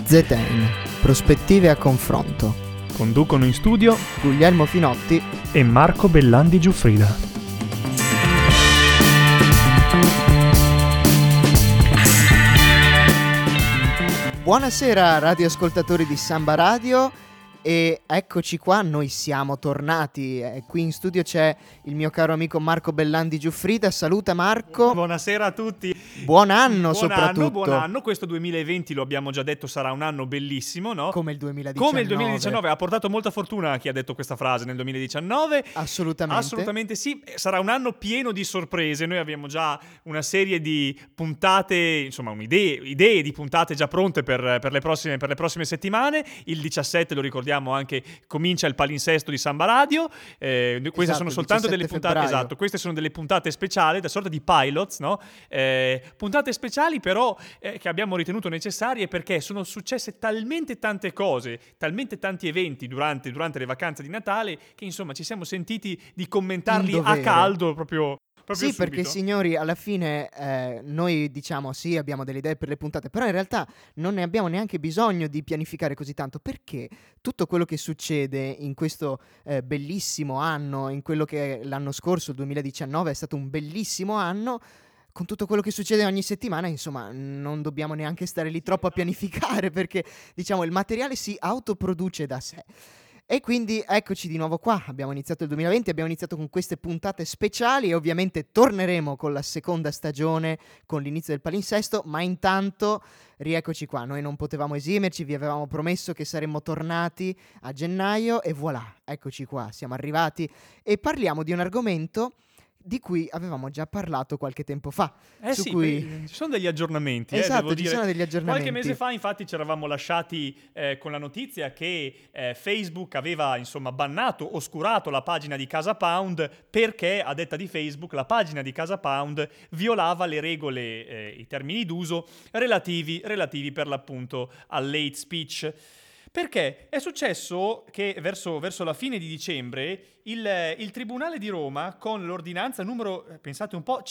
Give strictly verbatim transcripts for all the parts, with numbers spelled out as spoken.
Z N, prospettive a confronto. Conducono in studio Guglielmo Finotti e Marco Bellandi Giuffrida. Buonasera radioascoltatori di Samba Radio e eccoci qua, noi siamo tornati. Eh, qui in studio c'è il mio caro amico Marco Bellandi Giuffrida. Saluta Marco. Buonasera a tutti. Buon anno buon soprattutto. Anno, buon anno, questo duemilaventi lo abbiamo già detto sarà un anno bellissimo, no? Come il duemiladiciannove. Come il duemiladiciannove, ha portato molta fortuna a chi ha detto questa frase nel duemiladiciannove. Assolutamente. Assolutamente sì, sarà un anno pieno di sorprese. Noi abbiamo già una serie di puntate, insomma un'idea, idee di puntate già pronte per, per, le prossime, per le prossime settimane. Il diciassette, lo ricordiamo anche, comincia il palinsesto di Samba Radio. Eh, queste esatto, sono soltanto delle puntate, febbraio. esatto, queste sono delle puntate speciali, da sorta di pilots, no? Eh, puntate speciali però eh, che abbiamo ritenuto necessarie perché sono successe talmente tante cose, talmente tanti eventi durante, durante le vacanze di Natale che insomma ci siamo sentiti di commentarli a caldo proprio. Sì, subito. Perché signori, alla fine eh, noi diciamo sì, abbiamo delle idee per le puntate, però in realtà non ne abbiamo neanche bisogno di pianificare così tanto, perché tutto quello che succede in questo eh, bellissimo anno, in quello che l'anno scorso, il duemiladiciannove, è stato un bellissimo anno. Con tutto quello che succede ogni settimana, insomma, non dobbiamo neanche stare lì troppo a pianificare, perché diciamo il materiale si autoproduce da sé. E quindi eccoci di nuovo qua, abbiamo iniziato il duemilaventi, abbiamo iniziato con queste puntate speciali e ovviamente torneremo con la seconda stagione, con l'inizio del palinsesto, ma intanto rieccoci qua, noi non potevamo esimerci, vi avevamo promesso che saremmo tornati a gennaio e voilà, eccoci qua, siamo arrivati e parliamo di un argomento di cui avevamo già parlato qualche tempo fa. Eh su sì, cui... beh, ci sono degli aggiornamenti. Esatto, eh, devo ci dire. sono degli aggiornamenti. Qualche mese fa, infatti, ci eravamo lasciati eh, con la notizia che eh, Facebook aveva, insomma, bannato, oscurato la pagina di Casa Pound perché, a detta di Facebook, la pagina di Casa Pound violava le regole, eh, i termini d'uso relativi, relativi per l'appunto all'hate speech. Perché è successo che verso, verso la fine di dicembre il, il Tribunale di Roma, con l'ordinanza numero, pensate un po',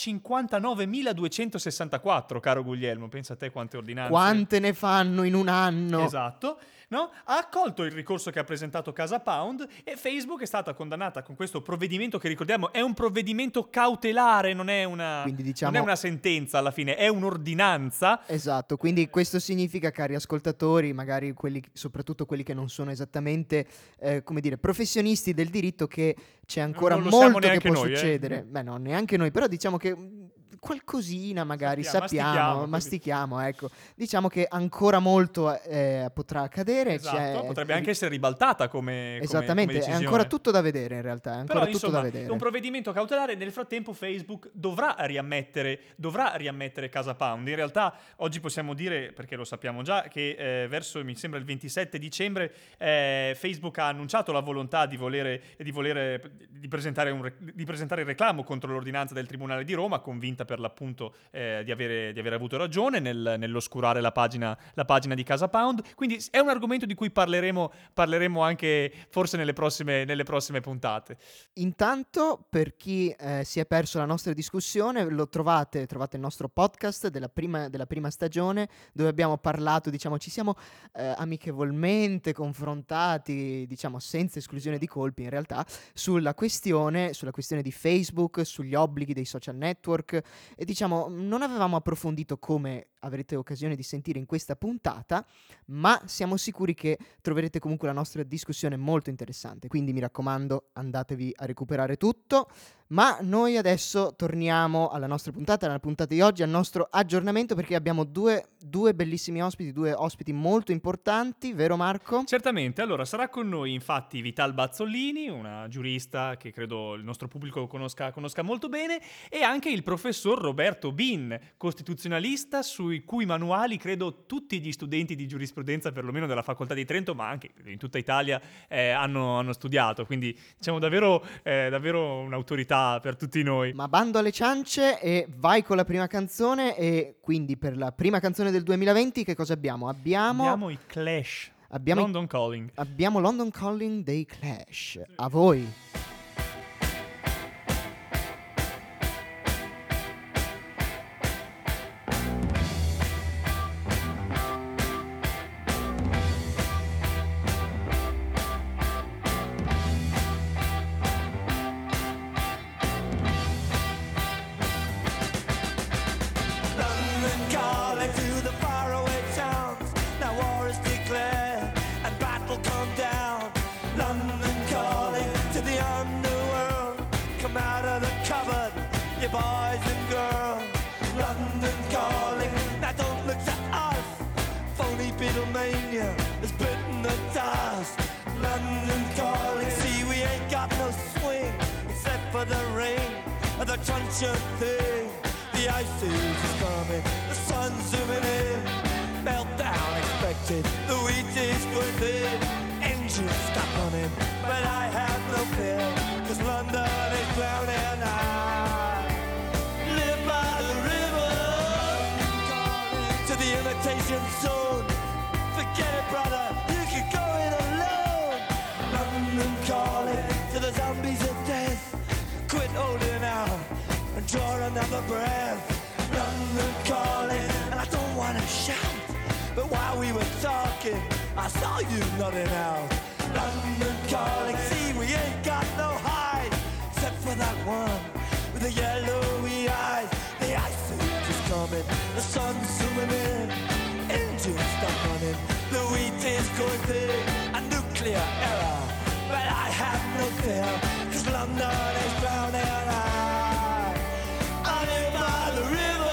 cinquantanovemiladuecentosessantaquattro, caro Guglielmo, pensa a te quante ordinanze. Quante ne fanno in un anno? Esatto. No? Ha accolto il ricorso che ha presentato Casa Pound e Facebook è stata condannata con questo provvedimento che, ricordiamo, è un provvedimento cautelare, non è una, quindi, diciamo, non è una sentenza alla fine, è un'ordinanza. Esatto, quindi questo significa, cari ascoltatori, magari quelli, soprattutto quelli che non sono esattamente, eh, come dire, professionisti del diritto, che c'è ancora molto che può noi, succedere. Eh? Beh, no, neanche noi, però diciamo che qualcosina magari sappiamo, sappiamo, mastichiamo, mastichiamo ecco. Diciamo che ancora molto eh, potrà accadere. Esatto, c'è, potrebbe anche essere ribaltata come Esattamente, come, come è ancora tutto da vedere in realtà, è ancora Però, tutto insomma, da vedere. Un provvedimento cautelare. Nel frattempo Facebook dovrà riammettere, dovrà riammettere Casa Pound. In realtà oggi possiamo dire, perché lo sappiamo già, che eh, verso, mi sembra, il ventisette dicembre eh, Facebook ha annunciato la volontà di volere, di, volere di, presentare un, di presentare il reclamo contro l'ordinanza del Tribunale di Roma, convinta per l'appunto eh, di, avere, di avere avuto ragione nel, nell'oscurare la pagina, la pagina di Casa Pound. Quindi è un argomento di cui parleremo, parleremo anche forse nelle prossime, nelle prossime puntate. Intanto, per chi eh, si è perso la nostra discussione, lo trovate, trovate il nostro podcast della prima, della prima stagione, dove abbiamo parlato, diciamo, ci siamo eh, amichevolmente confrontati, diciamo, senza esclusione di colpi in realtà, sulla questione, sulla questione di Facebook, sugli obblighi dei social network, e diciamo, non avevamo approfondito, come avrete occasione di sentire in questa puntata, ma siamo sicuri che troverete comunque la nostra discussione molto interessante, quindi mi raccomando, andatevi a recuperare tutto. Ma noi adesso torniamo alla nostra puntata, alla puntata di oggi, al nostro aggiornamento, perché abbiamo due, due bellissimi ospiti, due ospiti molto importanti, vero Marco? Certamente, allora sarà con noi infatti Vital Bazzolini, una giurista che credo il nostro pubblico conosca, conosca molto bene, e anche il professor Roberto Bin, costituzionalista, sui cui manuali credo tutti gli studenti di giurisprudenza, perlomeno della facoltà di Trento, ma anche in tutta Italia, eh, hanno, hanno studiato, quindi diciamo davvero, eh, davvero un'autorità per tutti noi. Ma bando alle ciance e vai con la prima canzone. E quindi per la prima canzone del duemilaventi che cosa abbiamo? Abbiamo, abbiamo i Clash, abbiamo London i... Calling. Abbiamo London Calling dei Clash. A voi. mania has bitten the dust. London calling, see we ain't got no swing except for the rain and the crunch of thing. The ice age is coming, the sun's zooming in. Meltdown expected, the wheat is going thin. Engines stop running, but I have no fear, cause London is drowning. I live by the river, to the imitation zone. Forget it, brother, you can go it alone. London calling to the zombies of death. Quit holding out and draw another breath. London calling, and I don't wanna shout, but while we were talking, I saw you nodding out. London calling, see we ain't got no hide, except for that one with the yellowy eyes. The ice age is coming, the sun's zooming in. Engines stop running, the wheat is going thin. A nuclear error, but I have no fear, cause London is drowning. I, I live by the river.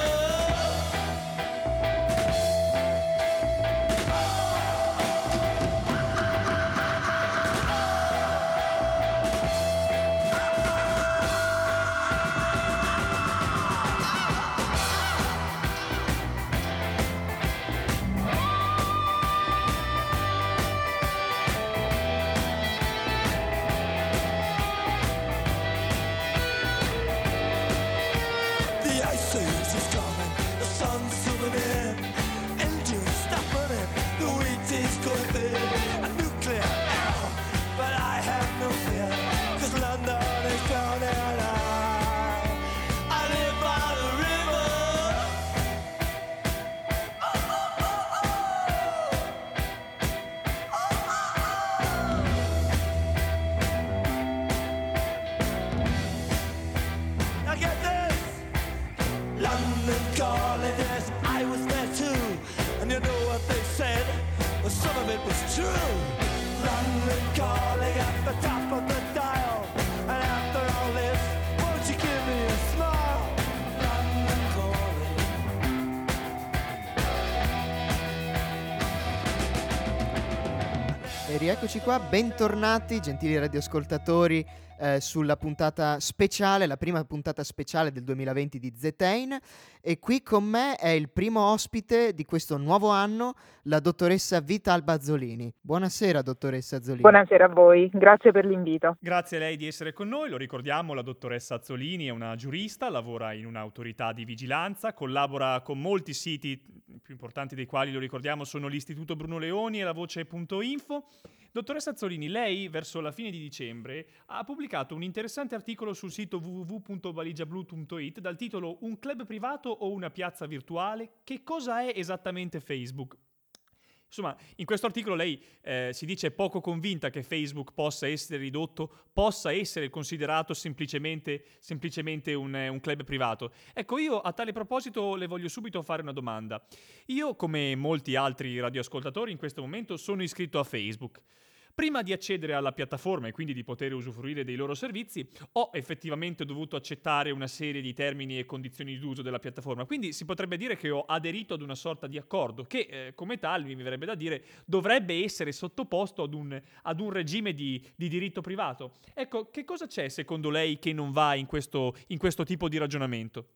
E rieccoci qua, bentornati gentili radioascoltatori eh, sulla puntata speciale, la prima puntata speciale del duemilaventi di Z-Tain, e qui con me è il primo ospite di questo nuovo anno, la dottoressa Vita Albazzolini. Buonasera dottoressa Azzolini. Buonasera a voi, grazie per l'invito. Grazie a lei di essere con noi, lo ricordiamo, la dottoressa Azzolini è una giurista, lavora in un'autorità di vigilanza, collabora con molti siti, i più importanti dei quali, lo ricordiamo, sono l'Istituto Bruno Leoni e la Voce punto info. Dottoressa Azzolini, lei verso la fine di dicembre ha pubblicato un interessante articolo sul sito w w w punto valigiablu punto it dal titolo Un club privato o una piazza virtuale? Che cosa è esattamente Facebook? Insomma, in questo articolo lei eh, si dice poco convinta che Facebook possa essere ridotto, possa essere considerato semplicemente, semplicemente un, un club privato. Ecco, io a tale proposito le voglio subito fare una domanda. Io, come molti altri radioascoltatori in questo momento, sono iscritto a Facebook. Prima di accedere alla piattaforma e quindi di poter usufruire dei loro servizi, ho effettivamente dovuto accettare una serie di termini e condizioni d'uso della piattaforma. Quindi si potrebbe dire che ho aderito ad una sorta di accordo che, eh, come tale, mi verrebbe da dire, dovrebbe essere sottoposto ad un, ad un regime di, di diritto privato. Ecco, che cosa c'è secondo lei che non va in questo, in questo tipo di ragionamento?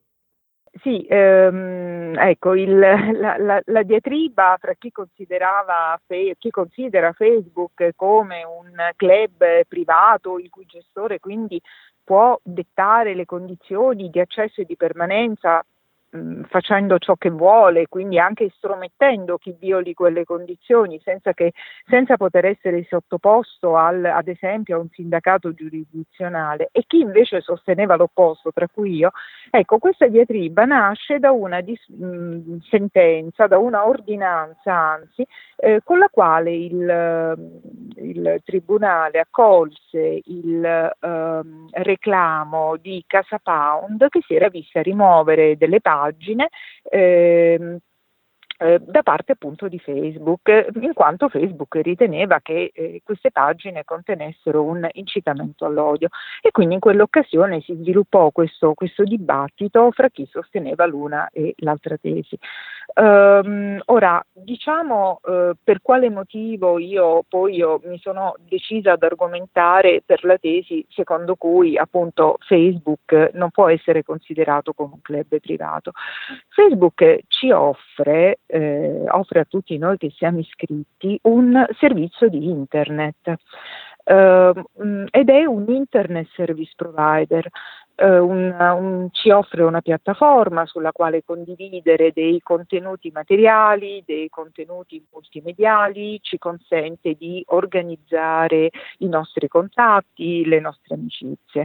Sì, ehm, ecco, il, la, la, la diatriba fra chi considerava fe- chi considera Facebook come un club privato il cui gestore quindi può dettare le condizioni di accesso e di permanenza mh, facendo ciò che vuole, quindi anche estromettendo chi violi quelle condizioni senza, che, senza poter essere sottoposto al, ad esempio a un sindacato giurisdizionale, e chi invece sosteneva l'opposto, tra cui io. Ecco, questa diatriba nasce da una dis- mh, sentenza, da una ordinanza anzi, eh, con la quale il, il Tribunale accolse il eh, reclamo di Casa Pound, che si era vista rimuovere delle pagine eh, Eh, da parte appunto di Facebook, in quanto Facebook riteneva che eh, queste pagine contenessero un incitamento all'odio, e quindi in quell'occasione si sviluppò questo, questo dibattito fra chi sosteneva l'una e l'altra tesi. Um, ora, diciamo uh, per quale motivo io poi io mi sono decisa ad argomentare per la tesi secondo cui appunto Facebook non può essere considerato come un club privato. Facebook ci offre Eh, offre a tutti noi che siamo iscritti un servizio di internet eh, ed è un internet service provider. Uh, un, un, ci offre una piattaforma sulla quale condividere dei contenuti materiali, dei contenuti multimediali, ci consente di organizzare i nostri contatti, le nostre amicizie.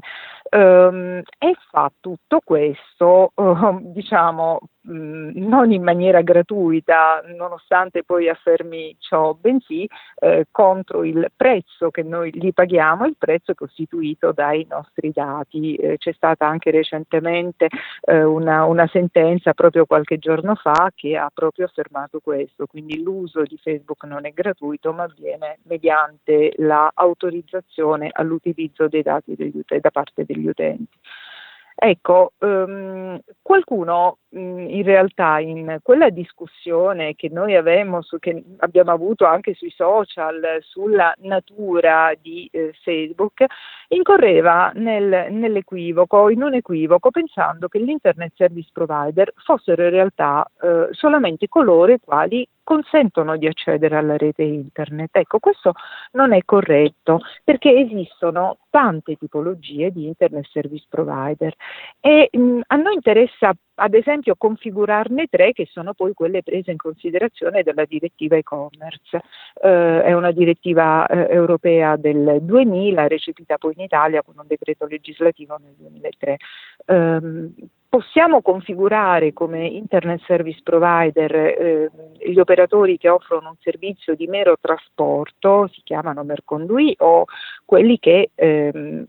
Um, e fa tutto questo, uh, diciamo, mh, non in maniera gratuita, nonostante poi affermi ciò, bensì eh, contro il prezzo che noi gli paghiamo. Il prezzo è costituito dai nostri dati. Eh, c'è stata anche recentemente eh, una, una sentenza proprio qualche giorno fa che ha proprio affermato questo, quindi l'uso di Facebook non è gratuito ma avviene mediante l'autorizzazione all'utilizzo dei dati degli ut- da parte degli utenti. Ecco, um, qualcuno um, in realtà in quella discussione che noi avevamo, su, che abbiamo avuto anche sui social sulla natura di eh, Facebook, incorreva nel, nell'equivoco, in un equivoco, pensando che l'Internet Service Provider fossero in realtà eh, solamente coloro i quali consentono di accedere alla rete internet. Ecco, questo non è corretto, perché esistono tante tipologie di internet service provider e mh, a noi interessa ad esempio configurarne tre, che sono poi quelle prese in considerazione dalla direttiva e-commerce. Eh, è una direttiva eh, europea del duemila, recepita poi in Italia con un decreto legislativo nel duemilatré. Um, Possiamo configurare come internet service provider eh, gli operatori che offrono un servizio di mero trasporto, si chiamano mercondui, o quelli che ehm,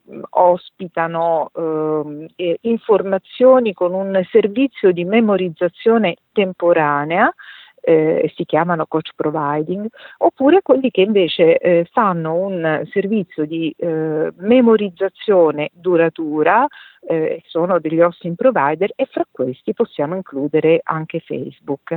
ospitano ehm, eh, informazioni con un servizio di memorizzazione temporanea, Eh, si chiamano coach providing, oppure quelli che invece eh, fanno un servizio di eh, memorizzazione duratura, eh, sono degli hosting provider, e fra questi possiamo includere anche Facebook.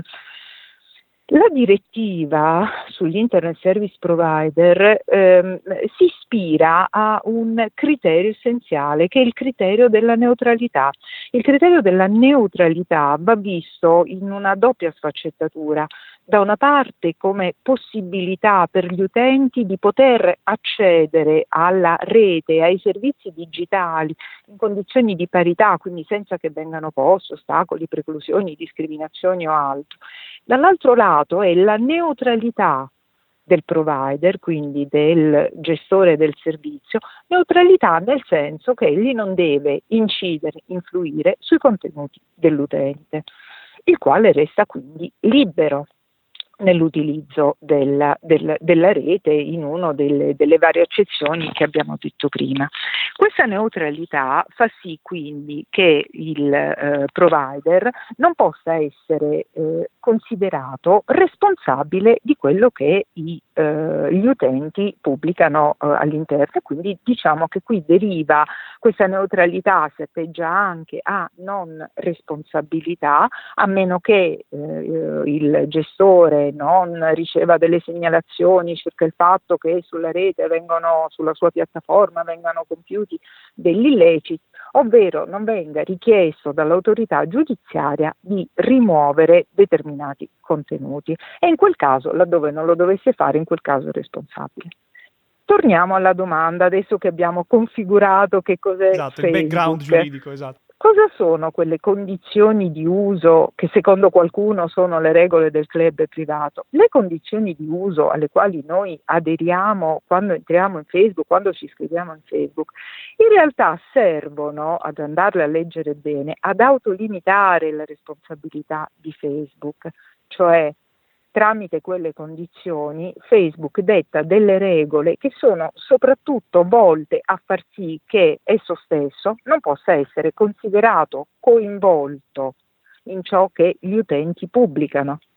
La direttiva sugli internet service provider ehm, si ispira a un criterio essenziale, che è il criterio della neutralità. Il criterio della neutralità va visto in una doppia sfaccettatura. Da una parte come possibilità per gli utenti di poter accedere alla rete, ai servizi digitali in condizioni di parità, quindi senza che vengano posti ostacoli, preclusioni, discriminazioni o altro. Dall'altro lato è la neutralità del provider, quindi del gestore del servizio, neutralità nel senso che egli non deve incidere, influire sui contenuti dell'utente, il quale resta quindi libero nell'utilizzo della, del, della rete in una delle, delle varie accezioni che abbiamo detto prima. Questa neutralità fa sì quindi che il eh, provider non possa essere eh, considerato responsabile di quello che i, eh, gli utenti pubblicano eh, all'interno, quindi diciamo che qui deriva questa neutralità, si appeggia anche a non responsabilità, a meno che eh, il gestore non riceva delle segnalazioni circa il fatto che sulla rete vengono, sulla sua piattaforma vengano compiuti degli illeciti, ovvero non venga richiesto dall'autorità giudiziaria di rimuovere determinati contenuti, e in quel caso, laddove non lo dovesse fare, in quel caso è responsabile. Torniamo alla domanda, adesso che abbiamo configurato che cos'è esatto, Facebook. Il background giuridico, esatto. Cosa sono quelle condizioni di uso che secondo qualcuno sono le regole del club privato? Le condizioni di uso alle quali noi aderiamo quando entriamo in Facebook, quando ci iscriviamo in Facebook, in realtà servono, ad andarle a leggere bene, ad autolimitare la responsabilità di Facebook, cioè tramite quelle condizioni Facebook detta delle regole che sono soprattutto volte a far sì che esso stesso non possa essere considerato coinvolto in ciò che gli utenti pubblicano.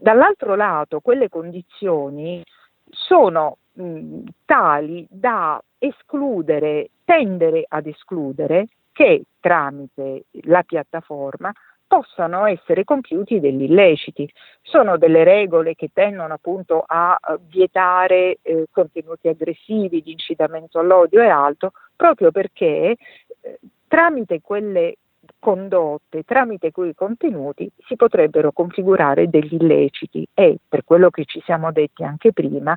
dall'altro lato quelle condizioni sono mh, tali da escludere, tendere ad escludere che tramite la piattaforma possano essere compiuti degli illeciti. Sono delle regole che tendono appunto a vietare eh, contenuti aggressivi, di incitamento all'odio e altro, proprio perché eh, tramite quelle condotte, tramite quei contenuti si potrebbero configurare degli illeciti e, per quello che ci siamo detti anche prima,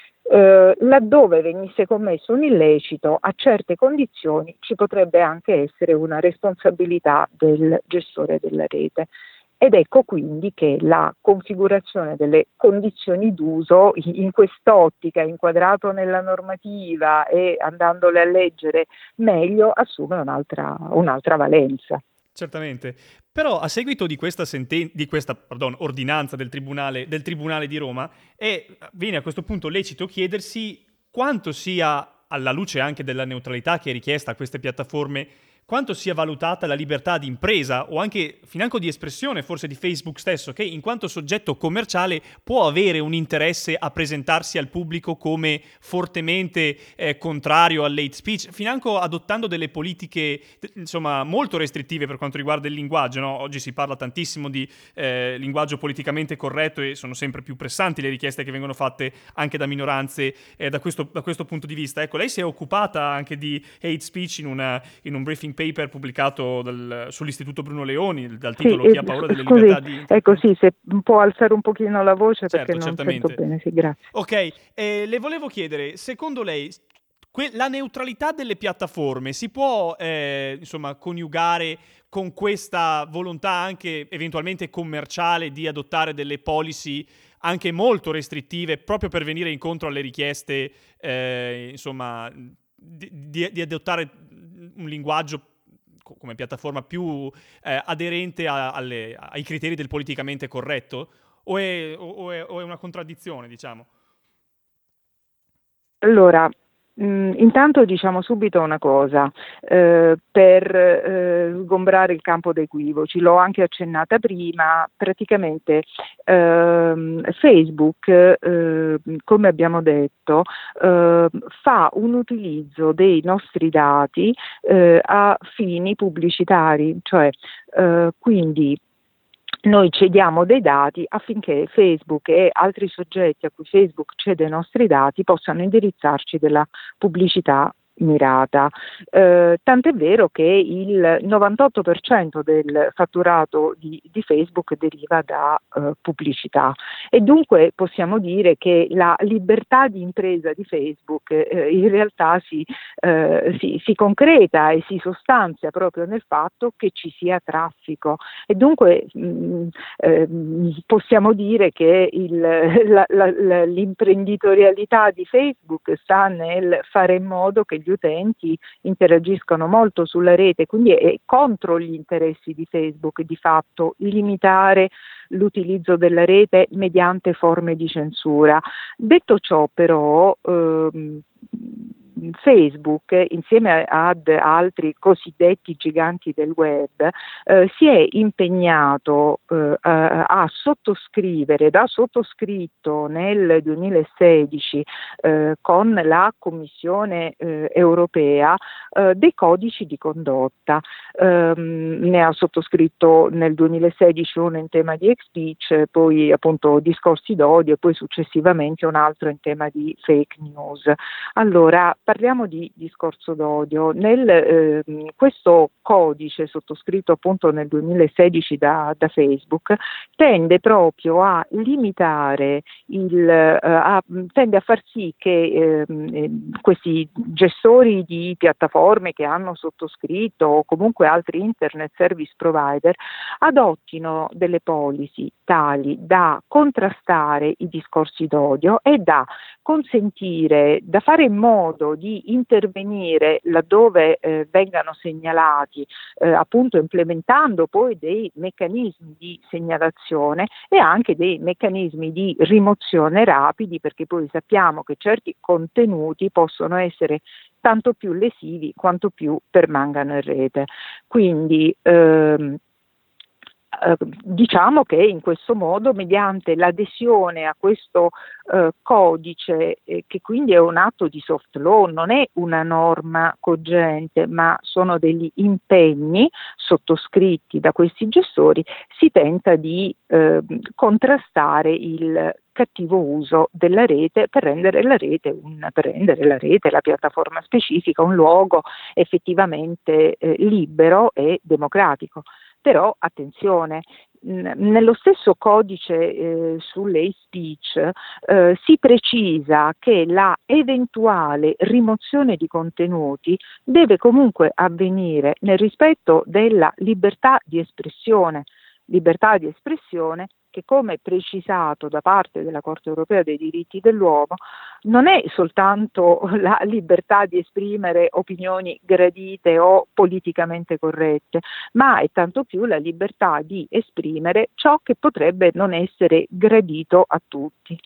Eh, laddove venisse commesso un illecito a certe condizioni ci potrebbe anche essere una responsabilità del gestore della rete. Ed ecco quindi che la configurazione delle condizioni d'uso in quest'ottica, inquadrato nella normativa e andandole a leggere meglio, assume un'altra, un'altra valenza. Certamente, però a seguito di questa, senten- di questa pardon, ordinanza del tribunale, del Tribunale di Roma, è, viene a questo punto lecito chiedersi quanto sia, alla luce anche della neutralità che è richiesta a queste piattaforme, quanto sia valutata la libertà di impresa o anche financo di espressione forse di Facebook stesso, che in quanto soggetto commerciale può avere un interesse a presentarsi al pubblico come fortemente eh, contrario all'hate speech, financo adottando delle politiche insomma molto restrittive per quanto riguarda il linguaggio, no? Oggi si parla tantissimo di eh, linguaggio politicamente corretto e sono sempre più pressanti le richieste che vengono fatte anche da minoranze eh, da, questo, da questo punto di vista. Ecco, lei si è occupata anche di hate speech in, una, in un briefing paper pubblicato dal, sull'Istituto Bruno Leoni dal titolo sì, Chi ha paura delle scusi, libertà di... Ecco sì, se può alzare un pochino la voce certo, perché non certamente. sento bene, sì, grazie. Ok, eh, le volevo chiedere, secondo lei que- la neutralità delle piattaforme si può eh, insomma coniugare con questa volontà anche eventualmente commerciale di adottare delle policy anche molto restrittive proprio per venire incontro alle richieste eh, insomma di, di, di adottare un linguaggio come piattaforma più eh, aderente a, alle, ai criteri del politicamente corretto? O è, o, è, o è una contraddizione, diciamo? Allora, mh, intanto diciamo subito una cosa, eh, per eh, sgombrare il campo dei equivoci, l'ho anche accennata prima, praticamente ehm, Facebook, eh, come abbiamo detto, eh, fa un utilizzo dei nostri dati eh, a fini pubblicitari, cioè eh, quindi noi cediamo dei dati affinché Facebook e altri soggetti a cui Facebook cede i nostri dati possano indirizzarci della pubblicità mirata. Eh, tant'è vero che il novantotto per cento del fatturato di, di Facebook deriva da eh, pubblicità e dunque possiamo dire che la libertà di impresa di Facebook eh, in realtà si, eh, si, si concreta e si sostanzia proprio nel fatto che ci sia traffico e dunque mh, eh, possiamo dire che il, la, la, la, l'imprenditorialità di Facebook sta nel fare in modo che gli utenti interagiscono molto sulla rete, quindi è contro gli interessi di Facebook di fatto limitare l'utilizzo della rete mediante forme di censura. Detto ciò però ehm, Facebook insieme ad altri cosiddetti giganti del web eh, si è impegnato eh, a, a sottoscrivere, da sottoscritto nel duemilasedici eh, con la Commissione eh, europea eh, dei codici di condotta. Eh, ne ha sottoscritto nel duemilasedici uno in tema di hate speech, poi appunto discorsi d'odio e poi successivamente un altro in tema di fake news. Allora, parliamo di discorso d'odio. Nel, eh, questo codice sottoscritto appunto nel duemilasedici da, da Facebook tende proprio a limitare il, eh, a, tende a far sì che eh, questi gestori di piattaforme che hanno sottoscritto o comunque altri internet service provider adottino delle policy tali da contrastare i discorsi d'odio e da consentire, da fare in modo di intervenire laddove eh, vengano segnalati, eh, appunto implementando poi dei meccanismi di segnalazione e anche dei meccanismi di rimozione rapidi, perché poi sappiamo che certi contenuti possono essere tanto più lesivi quanto più permangano in rete. Quindi ehm, eh, diciamo che in questo modo, mediante l'adesione a questo eh, codice, eh, che quindi è un atto di soft law, non è una norma cogente, ma sono degli impegni sottoscritti da questi gestori, si tenta di eh, contrastare il cattivo uso della rete per rendere la rete, un, per rendere la rete, la piattaforma specifica, un luogo effettivamente eh, libero e democratico. Però attenzione, mh, nello stesso codice eh, sulle hate speech eh, si precisa che la eventuale rimozione di contenuti deve comunque avvenire nel rispetto della libertà di espressione, libertà di espressione che, come precisato da parte della Corte europea dei diritti dell'uomo, non è soltanto la libertà di esprimere opinioni gradite o politicamente corrette, ma è tanto più la libertà di esprimere ciò che potrebbe non essere gradito a tutti.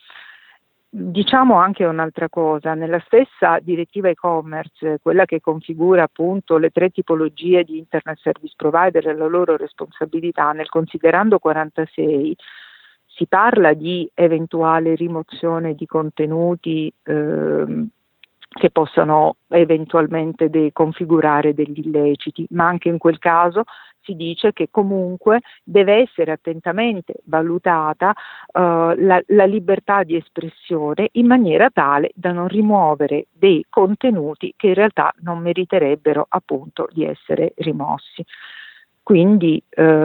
Diciamo anche un'altra cosa, nella stessa direttiva e-commerce, quella che configura appunto le tre tipologie di internet service provider e la loro responsabilità, nel considerando quarantasei si parla di eventuale rimozione di contenuti ehm, che possano eventualmente de- configurare degli illeciti, ma anche in quel caso si dice che comunque deve essere attentamente valutata uh, la, la libertà di espressione in maniera tale da non rimuovere dei contenuti che in realtà non meriterebbero appunto di essere rimossi. Quindi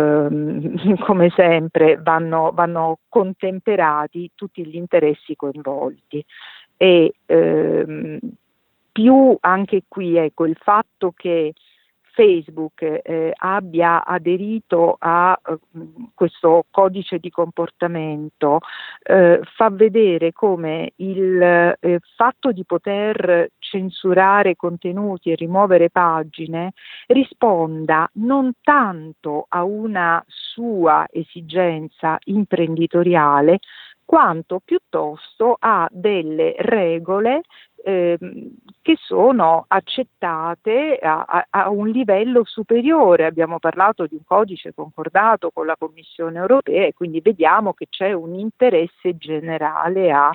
ehm, come sempre vanno, vanno contemperati tutti gli interessi coinvolti e ehm, più anche qui ecco il fatto che Facebook eh, abbia aderito a eh, questo codice di comportamento eh, fa vedere come il eh, fatto di poter censurare contenuti e rimuovere pagine risponda non tanto a una sua esigenza imprenditoriale quanto piuttosto a delle regole eh, che sono accettate a, a, a un livello superiore. Abbiamo parlato di un codice concordato con la Commissione europea e quindi vediamo che c'è un interesse generale a,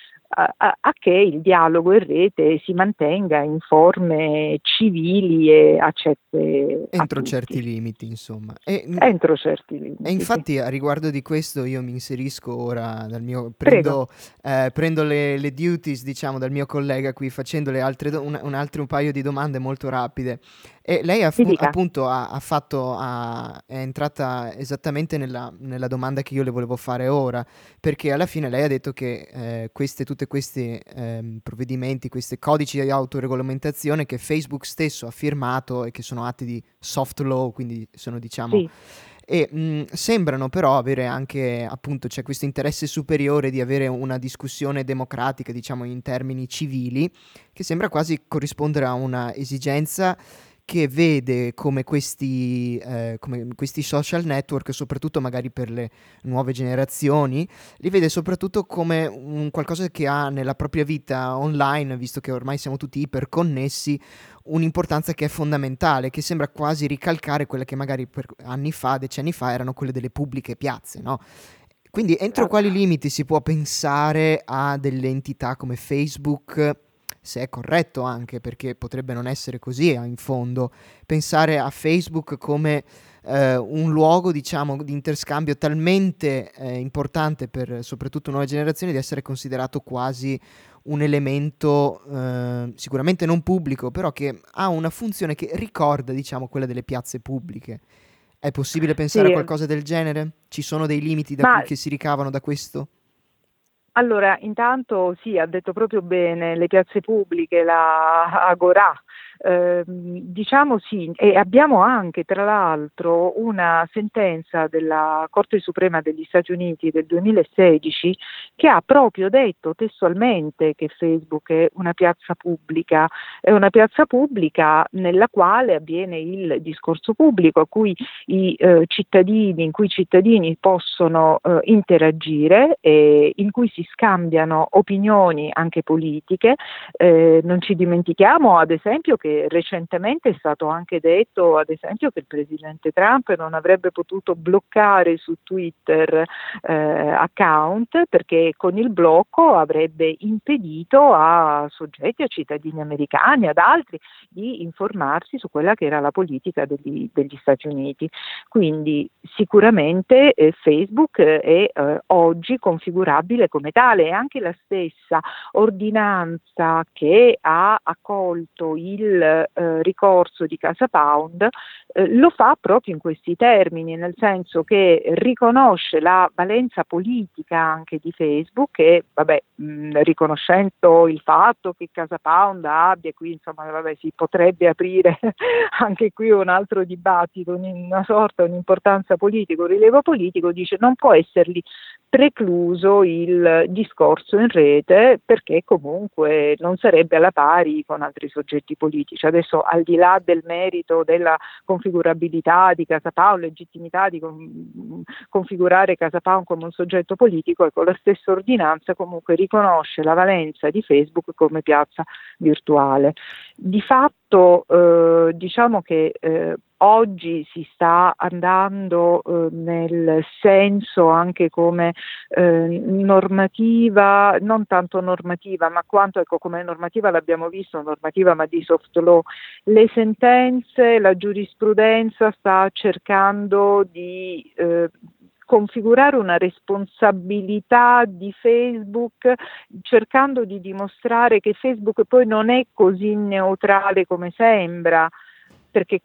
a, a che il dialogo in rete si mantenga in forme civili e accette Entro a certi tutti. limiti, insomma. E, Entro certi limiti. e infatti a riguardo di questo io mi inserisco ora dal mio Prego. prendo, eh, prendo le, le duties, diciamo, dal mio collega qui facendo le altre do- un, un altro un paio di domande molto rapide. E lei ha, Mi fu- dica. appunto ha, ha fatto ha- è entrata esattamente nella, nella domanda che io le volevo fare ora, perché alla fine lei ha detto che eh, queste tutte questi ehm, provvedimenti, questi codici di autoregolamentazione che Facebook stesso ha firmato e che sono atti di soft law, quindi sono diciamo Sì. e mh, sembrano però avere anche, appunto, c'è questo interesse superiore di avere una discussione democratica, diciamo in termini civili, che sembra quasi corrispondere a una esigenza che vede come questi, eh, come questi social network, soprattutto magari per le nuove generazioni, li vede soprattutto come un qualcosa che ha nella propria vita online, visto che ormai siamo tutti iperconnessi, un'importanza che è fondamentale, che sembra quasi ricalcare quelle che magari per anni fa, decenni fa, erano quelle delle pubbliche piazze, no? Quindi entro quali limiti si può pensare a delle entità come Facebook, se è corretto anche, perché potrebbe non essere così in fondo, pensare a Facebook come eh, un luogo, diciamo, di interscambio talmente eh, importante per soprattutto nuove generazioni da essere considerato quasi un elemento eh, sicuramente non pubblico, però che ha una funzione che ricorda, diciamo, quella delle piazze pubbliche. È possibile pensare a Sì, qualcosa del genere? Ci sono dei limiti da ma cui, che si ricavano da questo? allora, intanto sì, ha detto proprio bene, le piazze pubbliche, la Agorà, ehm, diciamo sì, e abbiamo anche tra l'altro una sentenza della Corte Suprema degli Stati Uniti del duemilasedici che ha proprio detto testualmente che Facebook è una piazza pubblica, è una piazza pubblica nella quale avviene il discorso pubblico, a cui i eh, cittadini, in cui i cittadini possono eh, interagire e in cui si scambiano opinioni anche politiche. Eh, non ci dimentichiamo ad esempio esempio che recentemente è stato anche detto, ad esempio, che il presidente Trump non avrebbe potuto bloccare su Twitter eh, account, perché con il blocco avrebbe impedito a soggetti, a cittadini americani, ad altri, di informarsi su quella che era la politica degli, degli Stati Uniti. Quindi sicuramente eh, Facebook è eh, oggi configurabile come tale, e anche la stessa ordinanza che ha accolto il eh, ricorso di Casa Pound eh, lo fa proprio in questi termini, nel senso che riconosce la valenza politica anche di Facebook e, vabbè, mh, riconoscendo il fatto che Casa Pound abbia, qui insomma vabbè, si potrebbe aprire anche qui un altro dibattito, una sorta, un'importanza politica, un rilievo politico, dice non può essergli precluso il discorso in rete, perché comunque non sarebbe alla pari con altri soggetti politici. Adesso, al di là del merito della configurabilità di Casa Pound, legittimità di con, configurare Casa Pound come un soggetto politico, ecco, la stessa ordinanza comunque riconosce la valenza di Facebook come piazza virtuale. Di fatto eh, diciamo che eh, oggi si sta andando eh, nel senso anche come eh, normativa, non tanto normativa, ma quanto, ecco, come normativa l'abbiamo visto, normativa ma di soft law, le sentenze, la giurisprudenza sta cercando di eh, configurare una responsabilità di Facebook, cercando di dimostrare che Facebook poi non è così neutrale come sembra, perché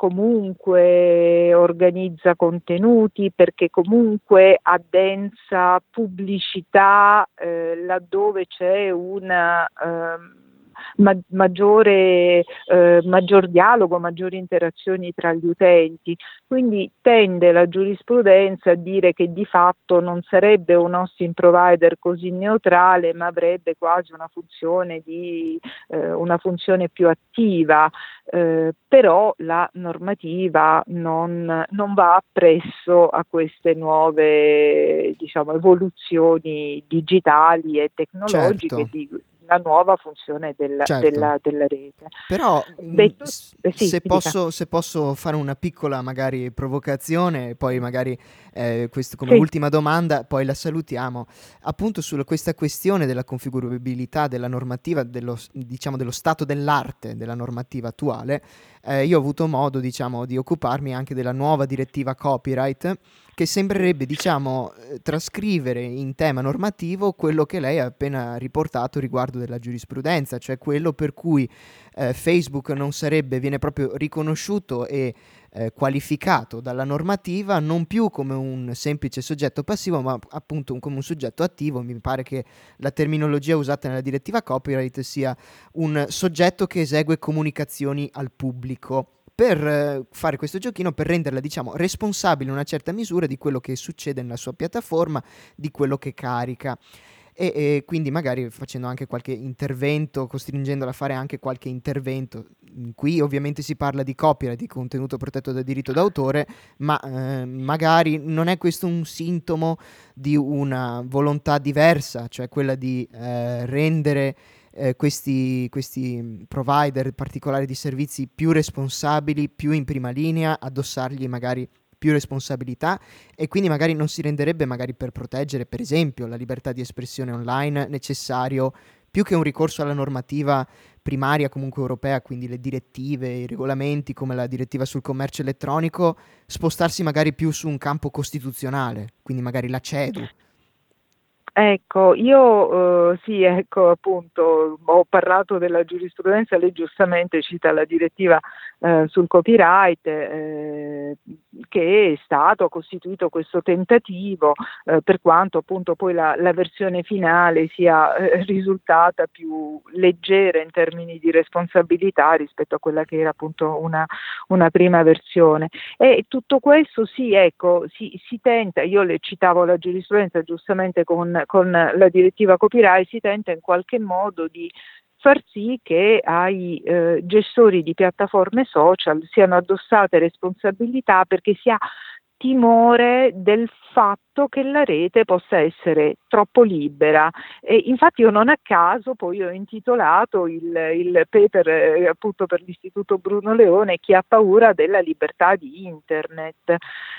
comunque organizza contenuti, perché comunque addensa pubblicità eh, laddove c'è una eh, ma- maggiore, eh, maggior dialogo, maggiori interazioni tra gli utenti. Quindi tende la giurisprudenza a dire che di fatto non sarebbe un hosting provider così neutrale, ma avrebbe quasi una funzione di eh, una funzione più attiva. Eh, però la normativa non, non va appresso a queste nuove, diciamo, evoluzioni digitali e tecnologiche, Certo. di la nuova funzione del- Certo. della, della rete. Però mh, Detto, s- eh, sì, se mi dica. posso, se posso fare una piccola magari provocazione, poi magari eh, questo come Sì. ultima domanda, poi la salutiamo. Appunto su questa questione della configurabilità della normativa, dello, s- diciamo dello stato dell'arte della normativa attuale, eh, io ho avuto modo, diciamo, di occuparmi anche della nuova direttiva copyright, che sembrerebbe, diciamo, eh, trascrivere in tema normativo quello che lei ha appena riportato riguardo della giurisprudenza, cioè quello per cui eh, Facebook non sarebbe, viene proprio riconosciuto e eh, qualificato dalla normativa non più come un semplice soggetto passivo, ma appunto un- come un soggetto attivo. Mi pare che la terminologia usata nella direttiva copyright sia un soggetto che esegue comunicazioni al pubblico. Per eh, fare questo giochino, per renderla, diciamo, responsabile in una certa misura di quello che succede nella sua piattaforma, di quello che carica. E, e quindi magari facendo anche qualche intervento, costringendola a fare anche qualche intervento. Qui ovviamente si parla di copyright, di contenuto protetto da diritto d'autore, ma eh, magari non è questo un sintomo di una volontà diversa, cioè quella di eh, rendere eh, questi, questi provider particolari di servizi più responsabili, più in prima linea, addossargli magari più responsabilità, e quindi magari non si renderebbe, magari per proteggere per esempio la libertà di espressione online, necessario più che un ricorso alla normativa primaria comunque europea, quindi le direttive, i regolamenti come la direttiva sul commercio elettronico, spostarsi magari più su un campo costituzionale, quindi magari la CEDU. Ecco, io eh, sì, ecco, appunto, ho parlato della giurisprudenza, lei giustamente cita la direttiva eh, sul copyright, eh, che è stato, ha costituito questo tentativo, eh, per quanto appunto poi la, la versione finale sia eh, risultata più leggera in termini di responsabilità rispetto a quella che era appunto una, una prima versione. E tutto questo sì, ecco, si, si tenta, io le citavo la giurisprudenza giustamente con con la direttiva copyright, si tenta in qualche modo di far sì che ai eh, gestori di piattaforme social siano addossate responsabilità, perché si ha timore del fatto che la rete possa essere troppo libera. E infatti io non a caso poi ho intitolato il, il paper eh, appunto per l'Istituto Bruno Leone, Chi ha paura della libertà di internet.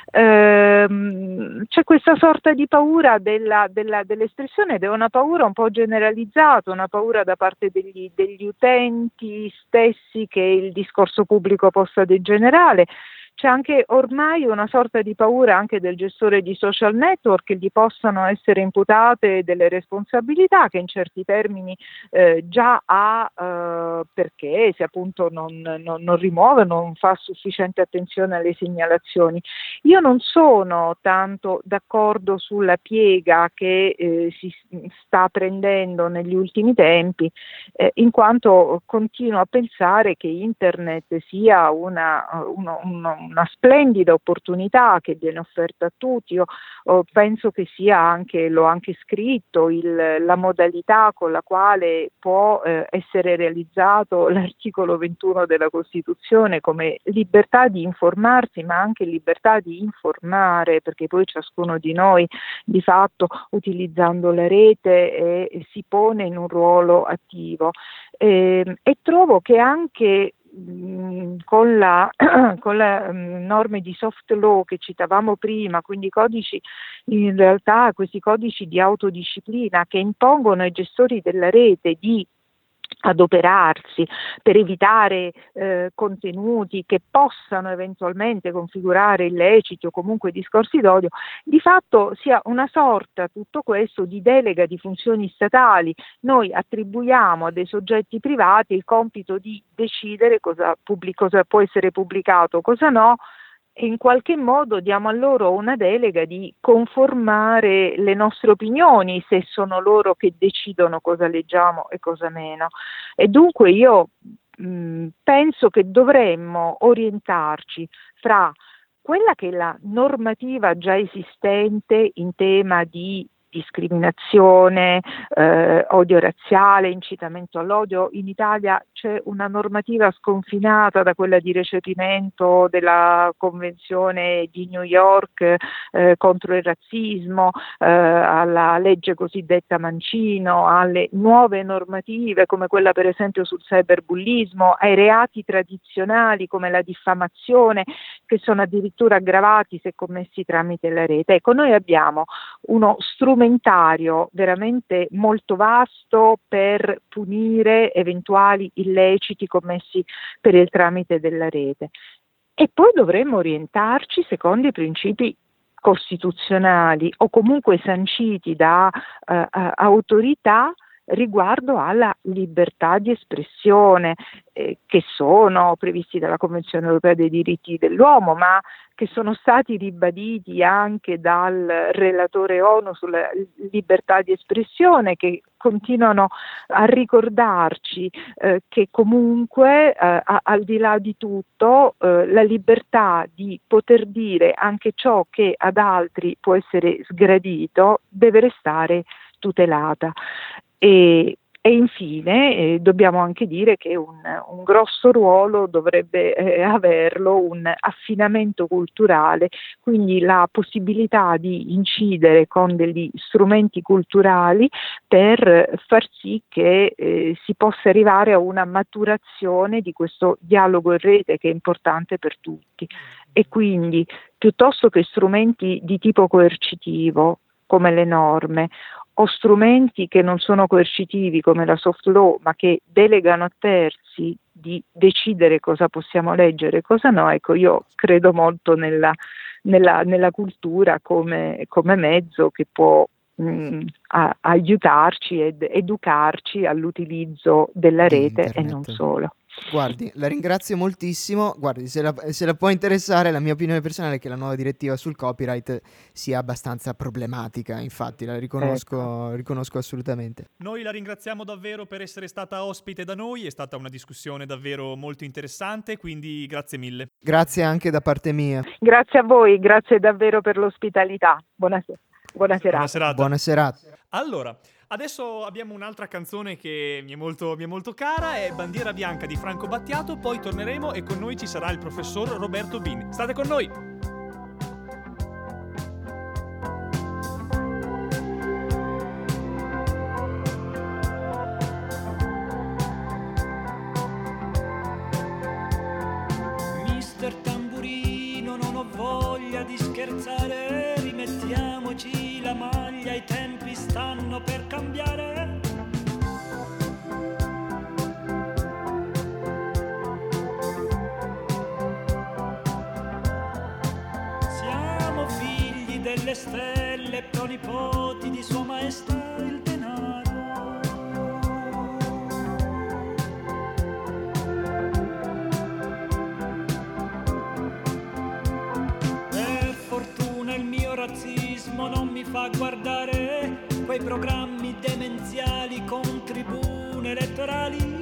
Ehm, c'è questa sorta di paura della, della, dell'espressione ed è una paura un po' generalizzata, una paura da parte degli, degli utenti stessi che il discorso pubblico possa degenerare. C'è anche ormai una sorta di paura anche del gestore di social network che gli possano essere imputate delle responsabilità che in certi termini eh, già ha eh, perché se appunto non, non, non rimuove, non fa sufficiente attenzione alle segnalazioni. Io non sono tanto d'accordo sulla piega che eh, si sta prendendo negli ultimi tempi, eh, in quanto continuo a pensare che internet sia una, una, una una splendida opportunità che viene offerta a tutti. Io oh, penso che sia anche, l'ho anche scritto, il, la modalità con la quale può eh, essere realizzato l'articolo ventuno della Costituzione come libertà di informarsi, ma anche libertà di informare, perché poi ciascuno di noi di fatto utilizzando la rete eh, si pone in un ruolo attivo. Eh, e trovo che anche con la con le um, norme di soft law che citavamo prima, quindi codici in realtà questi codici di autodisciplina che impongono ai gestori della rete di adoperarsi per evitare eh, contenuti che possano eventualmente configurare illeciti o comunque discorsi d'odio, di fatto sia una sorta tutto questo di delega di funzioni statali. Noi attribuiamo a dei soggetti privati il compito di decidere cosa, pubblic- cosa può essere pubblicato, cosa no, e in qualche modo diamo a loro una delega di conformare le nostre opinioni se sono loro che decidono cosa leggiamo e cosa meno. E dunque io mh, penso che dovremmo orientarci fra quella che è la normativa già esistente in tema di discriminazione, eh, odio razziale, incitamento all'odio. In Italia c'è una normativa sconfinata da quella di recepimento della Convenzione di New York eh, contro il razzismo, eh, alla legge cosiddetta Mancino, alle nuove normative come quella per esempio sul cyberbullismo, ai reati tradizionali come la diffamazione, che sono addirittura aggravati se commessi tramite la rete. Ecco, noi abbiamo uno strumentario veramente molto vasto per punire eventuali illeciti commessi per il tramite della rete. E poi dovremmo orientarci secondo i principi costituzionali o comunque sanciti da uh, uh, autorità riguardo alla libertà di espressione eh, che sono previsti dalla Convenzione Europea dei diritti dell'uomo, ma che sono stati ribaditi anche dal relatore ONU sulla libertà di espressione, che continuano a ricordarci eh, che comunque eh, a, al di là di tutto eh, la libertà di poter dire anche ciò che ad altri può essere sgradito deve restare tutelata. E, e infine eh, dobbiamo anche dire che un, un grosso ruolo dovrebbe eh, averlo un affinamento culturale, quindi la possibilità di incidere con degli strumenti culturali per far sì che eh, si possa arrivare a una maturazione di questo dialogo in rete che è importante per tutti. E quindi piuttosto che strumenti di tipo coercitivo come le norme, o strumenti che non sono coercitivi come la soft law, ma che delegano a terzi di decidere cosa possiamo leggere e cosa no, ecco, io credo molto nella, nella, nella cultura come, come mezzo che può mh, a, aiutarci ed educarci all'utilizzo della rete e non solo. Guardi, la ringrazio moltissimo. Guardi, se la, se la può interessare, la mia opinione personale è che la nuova direttiva sul copyright sia abbastanza problematica, infatti la riconosco, ecco. riconosco assolutamente. Noi la ringraziamo davvero per essere stata ospite da noi, è stata una discussione davvero molto interessante, quindi grazie mille. Grazie anche da parte mia. Grazie a voi, grazie davvero per l'ospitalità. Buonasera. Buona serata. Buona serata. Buona serata. Allora, adesso abbiamo un'altra canzone che mi è molto, mi è molto cara, è Bandiera Bianca di Franco Battiato, poi torneremo e con noi ci sarà il professor Roberto Bin. State con noi! scherzare, rimettiamoci la maglia, i tempi stanno per cambiare. Siamo figli delle stelle, pronipoti di Sua Maestà il denaro. Per fortuna il mio razzismo non mi fa guardare quei programmi demenziali con tribune elettorali.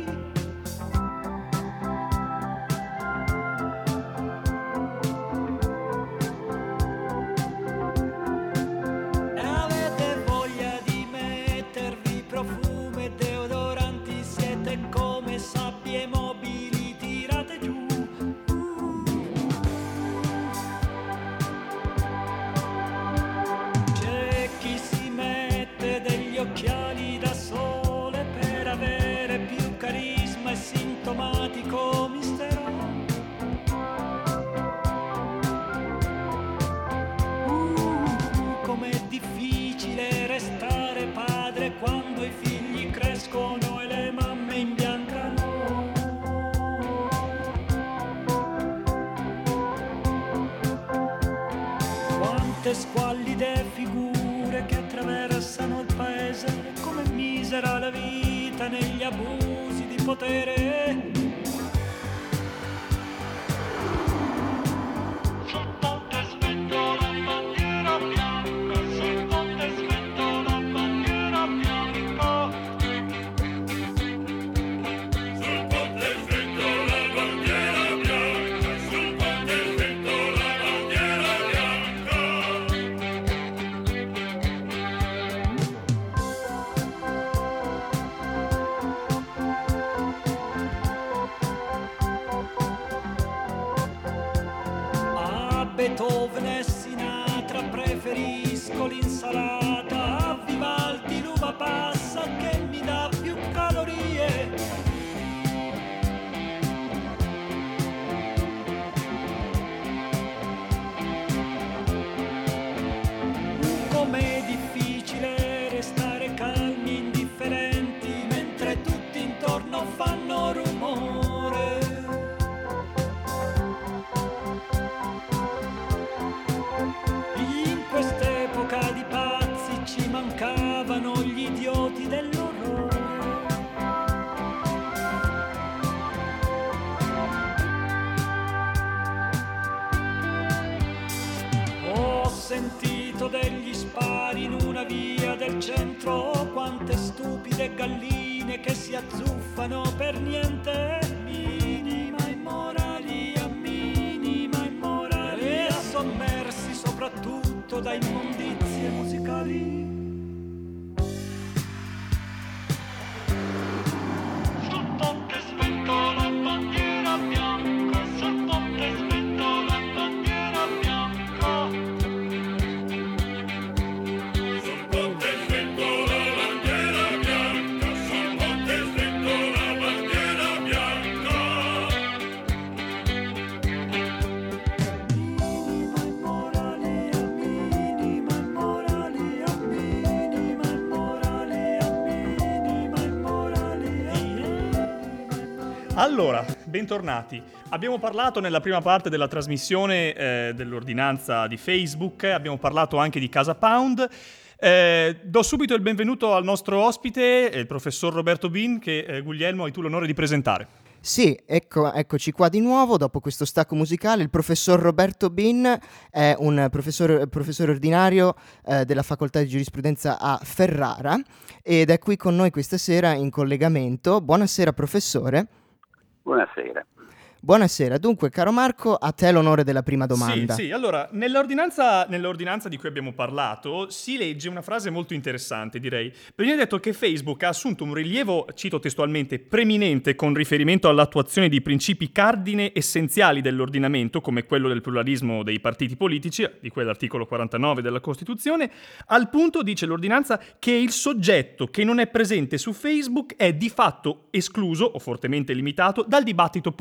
Quando i figli crescono e le mamme imbiancano. Quante squallide figure che attraversano il paese, come misera la vita negli abusi di potere. Beethoven e Sinatra preferisco l'insalata, a Vivaldi l'uva passa che mi dà più calorie. Com'è difficile restare calmi, indifferenti, mentre tutti intorno fanno rumore. Mancavano gli idioti dell'orrore. Ho sentito degli spari in una via del centro, quante stupide galline che si azzuffano per niente. Minima immorali, a minima immorali, e sommersi soprattutto da immondizie musicali. Allora, bentornati. Abbiamo parlato nella prima parte della trasmissione eh, dell'ordinanza di Facebook, abbiamo parlato anche di Casa Pound. Eh, do subito il benvenuto al nostro ospite, il professor Roberto Bin, che eh, Guglielmo hai tu l'onore di presentare. Sì, ecco, eccoci qua di nuovo dopo questo stacco musicale. Il professor Roberto Bin è un professore, professore ordinario eh, della facoltà di giurisprudenza a Ferrara ed è qui con noi questa sera in collegamento. Buonasera professore. Buonasera. Buonasera, dunque caro Marco, a te l'onore della prima domanda. Sì, sì, allora, nell'ordinanza, nell'ordinanza di cui abbiamo parlato si legge una frase molto interessante, direi. Viene detto che Facebook ha assunto un rilievo, cito testualmente, preminente con riferimento all'attuazione di principi cardine essenziali dell'ordinamento, come quello del pluralismo dei partiti politici, di cui è l'articolo quarantanove della Costituzione, al punto, dice l'ordinanza, che il soggetto che non è presente su Facebook è di fatto escluso, o fortemente limitato, dal dibattito politico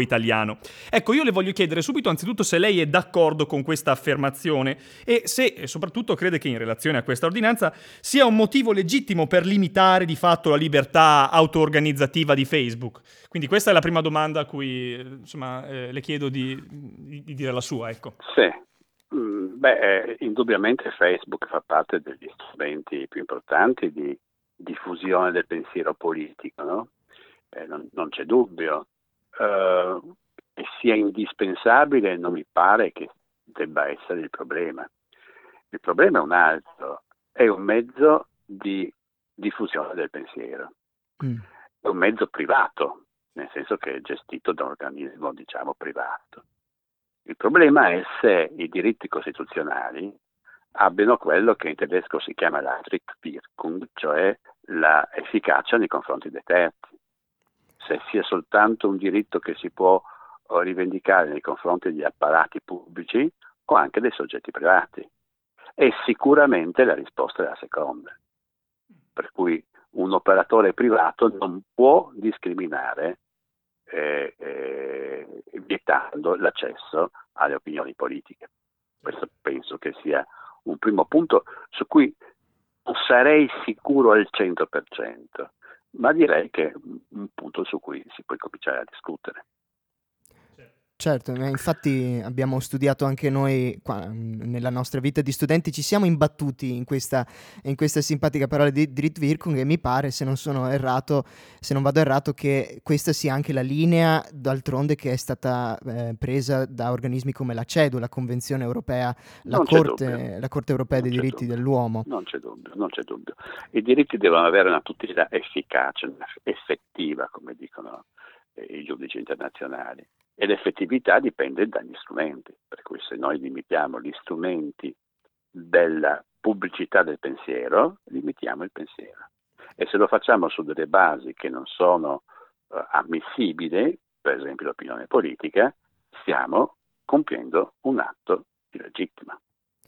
italiano. Ecco, io le voglio chiedere subito anzitutto se lei è d'accordo con questa affermazione e se e soprattutto crede che in relazione a questa ordinanza sia un motivo legittimo per limitare di fatto la libertà auto-organizzativa di Facebook. Quindi questa è la prima domanda a cui insomma, eh, le chiedo di, di, di dire la sua. Ecco. Sì, mm, beh, eh, indubbiamente Facebook fa parte degli strumenti più importanti di diffusione del pensiero politico, no? Eh, non, non c'è dubbio. Uh, che sia indispensabile non mi pare che debba essere il problema. Il problema è un altro, è un mezzo di diffusione del pensiero, mm. è un mezzo privato, nel senso che è gestito da un organismo, diciamo, privato. Il problema è se i diritti costituzionali abbiano quello che in tedesco si chiama la Richtwirkung, cioè la efficacia nei confronti dei terzi. Se sia soltanto un diritto che si può rivendicare nei confronti degli apparati pubblici o anche dei soggetti privati. E sicuramente la risposta è la seconda. Per cui un operatore privato non può discriminare eh, eh, vietando l'accesso alle opinioni politiche. Questo penso che sia un primo punto su cui non sarei sicuro al cento per cento, ma direi che è un punto su cui si può cominciare a discutere. Certo, infatti abbiamo studiato anche noi qua, nella nostra vita di studenti, ci siamo imbattuti in questa, in questa simpatica parola di Drittwirkung e mi pare, se non sono errato, se non vado errato, che questa sia anche la linea d'altronde che è stata eh, presa da organismi come la C E D U, la Convenzione Europea, la, Corte, la Corte Europea non dei diritti dubbio. dell'uomo. Non c'è dubbio, non c'è dubbio. I diritti devono avere una tutela efficace, effettiva, come dicono i giudici internazionali, e l'effettività dipende dagli strumenti, per cui se noi limitiamo gli strumenti della pubblicità del pensiero, limitiamo il pensiero, e se lo facciamo su delle basi che non sono uh, ammissibili, per esempio l'opinione politica, stiamo compiendo un atto illegittimo.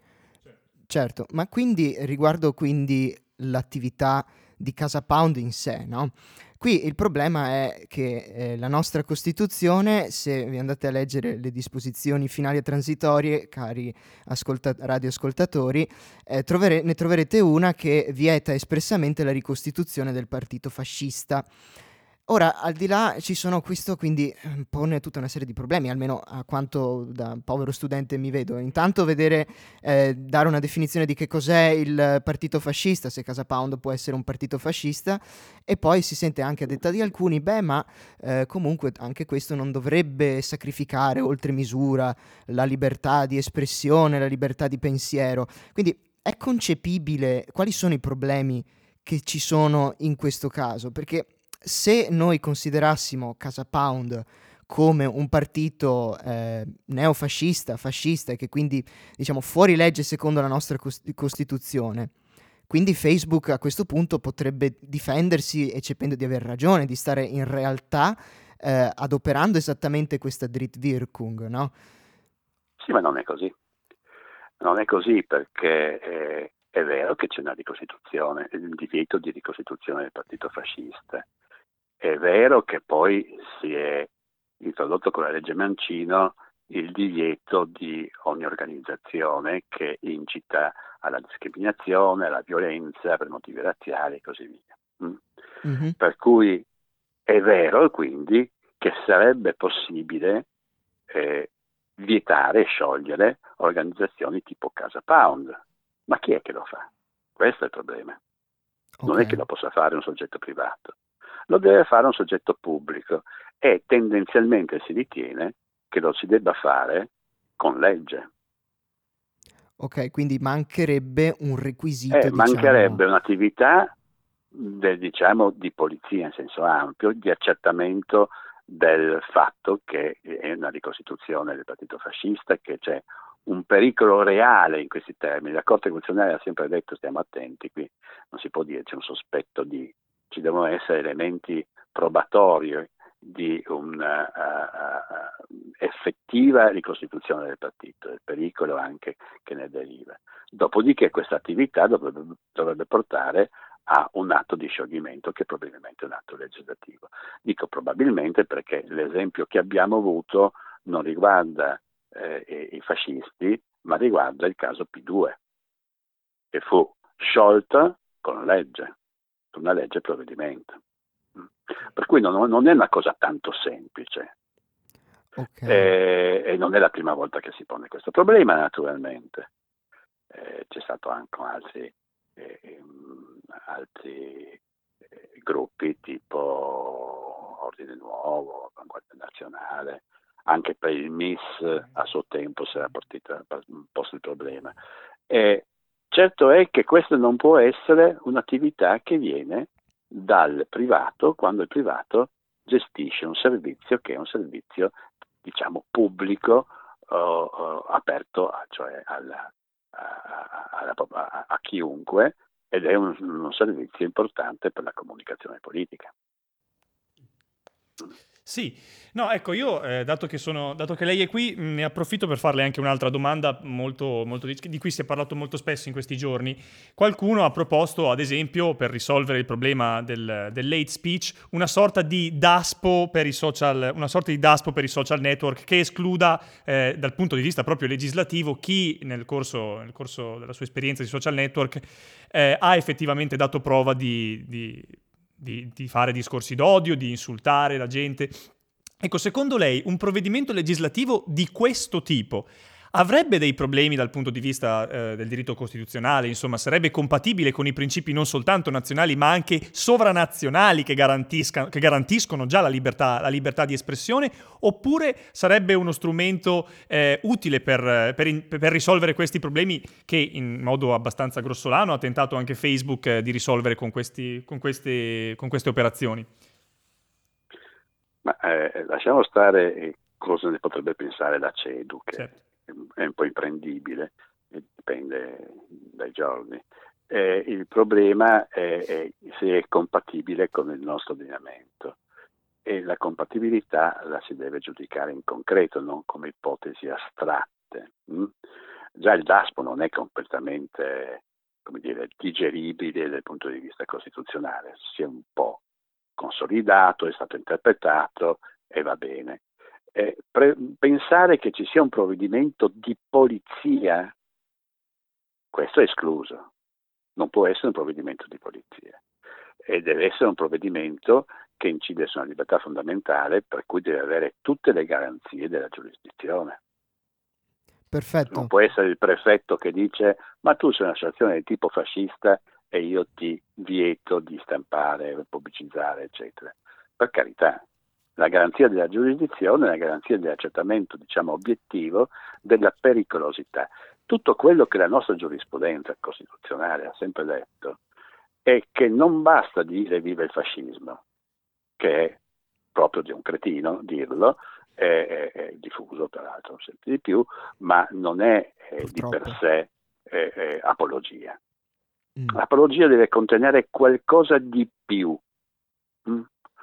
Certo, ma quindi riguardo quindi l'attività di Casa Pound in sé, no? Qui il problema è che eh, la nostra Costituzione, se vi andate a leggere le disposizioni finali e transitorie, cari ascolta- radioascoltatori, eh, trovere- ne troverete una che vieta espressamente la ricostituzione del partito fascista. Ora, al di là ci sono questo, quindi pone tutta una serie di problemi, almeno a quanto da povero studente mi vedo. Intanto vedere, eh, dare una definizione di che cos'è il partito fascista, se Casa Pound può essere un partito fascista, e poi si sente anche a detta di alcuni, beh, ma eh, comunque anche questo non dovrebbe sacrificare oltre misura la libertà di espressione, la libertà di pensiero. Quindi è concepibile quali sono i problemi che ci sono in questo caso? Perché se noi considerassimo Casa Pound come un partito eh, neofascista, fascista, e che quindi diciamo fuori legge secondo la nostra cost- Costituzione, quindi Facebook a questo punto potrebbe difendersi eccependo di aver ragione, di stare in realtà eh, adoperando esattamente questa Drittwirkung, no? Sì, ma non è così. Non è così perché eh, è vero che c'è una ricostituzione, il divieto di ricostituzione del partito fascista. È vero che poi si è introdotto con la legge Mancino il divieto di ogni organizzazione che incita alla discriminazione, alla violenza per motivi razziali e così via. Mm? Mm-hmm. Per cui è vero quindi che sarebbe possibile eh, vietare e sciogliere organizzazioni tipo Casa Pound. Ma chi è che lo fa? Questo è il problema. Okay. Non è che lo possa fare un soggetto privato. Lo deve fare un soggetto pubblico e tendenzialmente si ritiene che lo si debba fare con legge. Ok, quindi mancherebbe un requisito, eh, diciamo... Mancherebbe un'attività del, diciamo, di polizia in senso ampio, di accertamento del fatto che è una ricostituzione del partito fascista, che c'è un pericolo reale in questi termini. La Corte Costituzionale ha sempre detto stiamo attenti, qui non si può dire c'è un sospetto di... ci devono essere elementi probatori di una uh, uh, effettiva ricostituzione del partito, del pericolo anche che ne deriva. Dopodiché questa attività dovrebbe, dovrebbe portare a un atto di scioglimento che probabilmente è un atto legislativo. Dico probabilmente perché l'esempio che abbiamo avuto non riguarda eh, i fascisti, ma riguarda il caso P due, che fu sciolta con legge, con una legge provvedimento. Per cui non, non è una cosa tanto semplice. Okay. E, e non è la prima volta che si pone questo problema, naturalmente. Eh, c'è stato anche altri, eh, altri eh, gruppi tipo Ordine Nuovo, Avanguardia Nazionale, anche per il M I S a suo tempo si era partita, posto il problema. E certo è che questa non può essere un'attività che viene dal privato quando il privato gestisce un servizio che è un servizio, diciamo, pubblico, uh, uh, aperto a, cioè alla, a, a, a, a chiunque, ed è un, un servizio importante per la comunicazione politica. Sì, no, ecco, io, eh, dato che sono, dato che lei è qui, mh, ne approfitto per farle anche un'altra domanda molto, molto di, di cui si è parlato molto spesso in questi giorni. Qualcuno ha proposto, ad esempio, per risolvere il problema del, dell'hate speech, una sorta di DASPO per i social, una sorta di DASPO per i social network che escluda, eh, dal punto di vista proprio legislativo, chi nel corso, nel corso della sua esperienza di social network eh, ha effettivamente dato prova di, di Di, di fare discorsi d'odio, di insultare la gente. Ecco, secondo lei un provvedimento legislativo di questo tipo avrebbe dei problemi dal punto di vista eh, del diritto costituzionale? Insomma, sarebbe compatibile con i principi non soltanto nazionali ma anche sovranazionali che, garantisca, che garantiscono già la libertà, la libertà di espressione, oppure sarebbe uno strumento eh, utile per, per, per risolvere questi problemi che in modo abbastanza grossolano ha tentato anche Facebook eh, di risolvere con, questi, con, queste, con queste operazioni? Ma eh, lasciamo stare cosa ne potrebbe pensare la CEDU, che certo. è un po' imprendibile, dipende dai giorni. Eh, il problema è, è se è compatibile con il nostro ordinamento, e la compatibilità la si deve giudicare in concreto, non come ipotesi astratte. Mm? Già il DASPO non è completamente, come dire, digeribile dal punto di vista costituzionale, si è un po' consolidato, è stato interpretato e va bene. Eh, pre- pensare che ci sia un provvedimento di polizia, questo è escluso, non può essere un provvedimento di polizia, e deve essere un provvedimento che incide su una libertà fondamentale, per cui deve avere tutte le garanzie della giurisdizione. Perfetto. Non può essere il prefetto che dice: ma tu sei un'associazione di tipo fascista e io ti vieto di stampare, pubblicizzare, eccetera. Per carità, la garanzia della giurisdizione è la garanzia dell'accertamento, diciamo, obiettivo della pericolosità. Tutto quello che la nostra giurisprudenza costituzionale ha sempre detto è che non basta dire viva il fascismo, che è proprio di un cretino dirlo, è, è, è diffuso peraltro sempre di più, ma non è, è di per sé è, è apologia. Mm. L'apologia deve contenere qualcosa di più. Mm.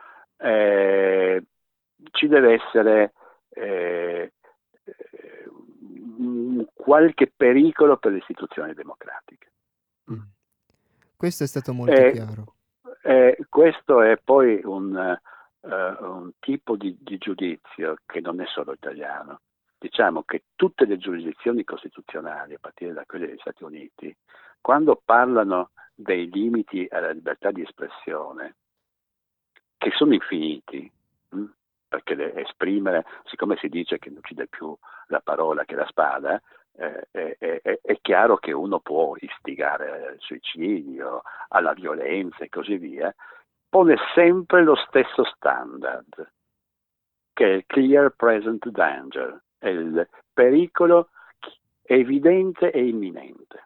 Eh, ci deve essere eh, eh, qualche pericolo per le istituzioni democratiche. Mm. Questo è stato molto eh, chiaro. Eh, questo è poi un, uh, un tipo di, di giudizio che non è solo italiano. Diciamo che tutte le giurisdizioni costituzionali, a partire da quelle degli Stati Uniti, quando parlano dei limiti alla libertà di espressione, che sono infiniti, mh? perché le esprimere, siccome si dice che non uccide più la parola che la spada, eh, è, è, è chiaro che uno può istigare al suicidio, alla violenza e così via, pone sempre lo stesso standard, che è il clear present danger, è il pericolo evidente e imminente.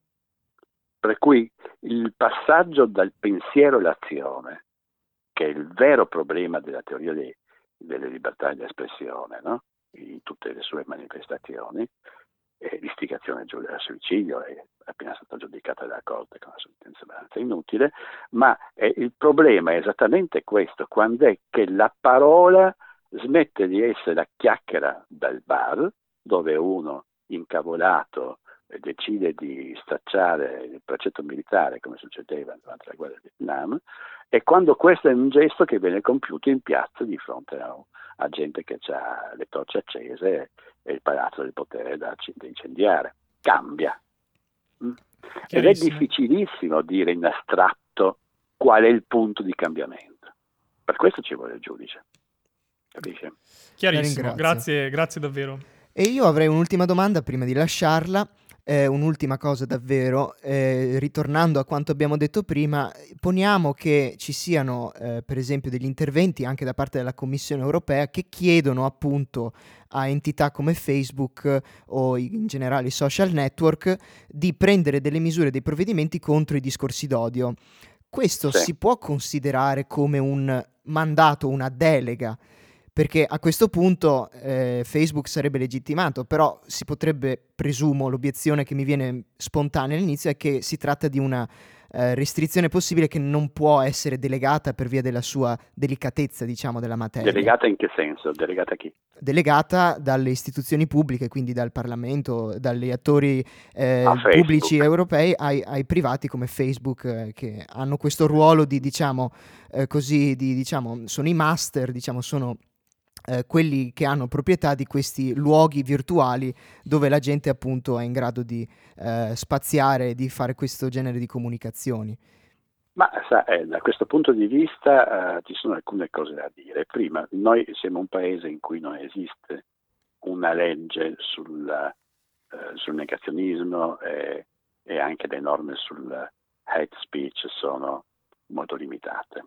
Per cui il passaggio dal pensiero all'azione, che è il vero problema della teoria dei, delle libertà di espressione, no? In tutte le sue manifestazioni, eh, l'istigazione al suicidio è appena stata giudicata dalla Corte con una sentenza abbastanza inutile, ma eh, il problema è esattamente questo: quando è che la parola smette di essere la chiacchiera dal bar, dove uno incavolato decide di stracciare il precetto militare, come succedeva durante la guerra del Vietnam, e quando questo è un gesto che viene compiuto in piazza di fronte a, a gente che ha le torce accese e il palazzo del potere da, da incendiare. Cambia. Mm? Ed è difficilissimo dire in astratto qual è il punto di cambiamento. Per questo ci vuole il giudice. Capisce? Chiarissimo, grazie, grazie davvero. E io avrei un'ultima domanda prima di lasciarla. Eh, un'ultima cosa davvero, eh, ritornando a quanto abbiamo detto prima, poniamo che ci siano eh, per esempio degli interventi anche da parte della Commissione europea che chiedono appunto a entità come Facebook o in generale i social network di prendere delle misure, dei provvedimenti contro i discorsi d'odio. Questo sì. si può considerare come un mandato, una delega? Perché a questo punto eh, Facebook sarebbe legittimato, però si potrebbe, presumo, l'obiezione che mi viene spontanea all'inizio è che si tratta di una eh, restrizione possibile che non può essere delegata per via della sua delicatezza, diciamo, della materia. Delegata in che senso? Delegata a chi? Delegata dalle istituzioni pubbliche, quindi dal Parlamento, dagli attori eh, Ah, pubblici Facebook. europei ai, ai privati come Facebook, eh, che hanno questo ruolo di, diciamo, eh, così, di, diciamo, sono i master, diciamo, sono Eh, quelli che hanno proprietà di questi luoghi virtuali dove la gente appunto è in grado di eh, spaziare, di fare questo genere di comunicazioni. Ma sa, eh, da questo punto di vista eh, ci sono alcune cose da dire. Prima, noi siamo un paese in cui non esiste una legge sul, eh, sul negazionismo e, e anche le norme sul hate speech sono molto limitate.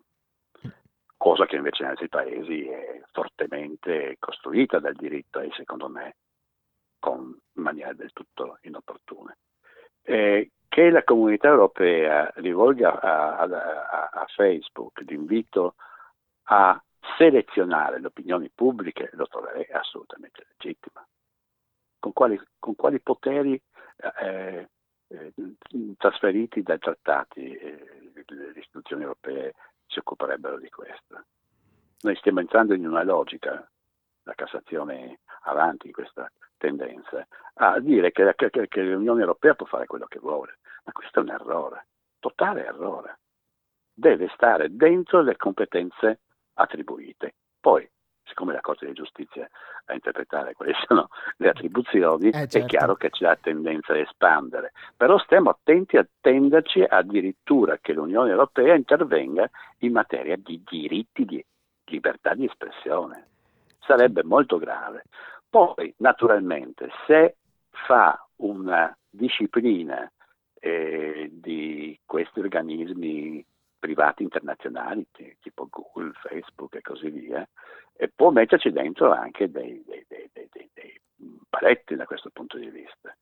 Cosa che invece in altri paesi è fortemente costruita dal diritto e secondo me con in maniera del tutto inopportuna. Eh, che la comunità europea rivolga a, a, a, a Facebook l'invito a selezionare le opinioni pubbliche lo troverei assolutamente legittimo. Con quali, con quali poteri eh, eh, trasferiti dai trattati eh, le istituzioni europee si occuperebbero di questo. Noi stiamo entrando in una logica, la Cassazione avanti in questa tendenza, a dire che, che, che l'Unione Europea può fare quello che vuole, ma questo è un errore, totale errore. Deve stare dentro le competenze attribuite. Poi, siccome la Corte di Giustizia a interpretare quali sono le attribuzioni, eh, certo. è chiaro che c'è la tendenza a espandere. Però stiamo attenti a tenderci addirittura che l'Unione Europea intervenga in materia di diritti di libertà di espressione. Sarebbe molto grave. Poi, naturalmente, se fa una disciplina eh, di questi organismi privati internazionali, tipo Google, Facebook e così via, e può metterci dentro anche dei, dei, dei, dei, dei, dei paletti da questo punto di vista.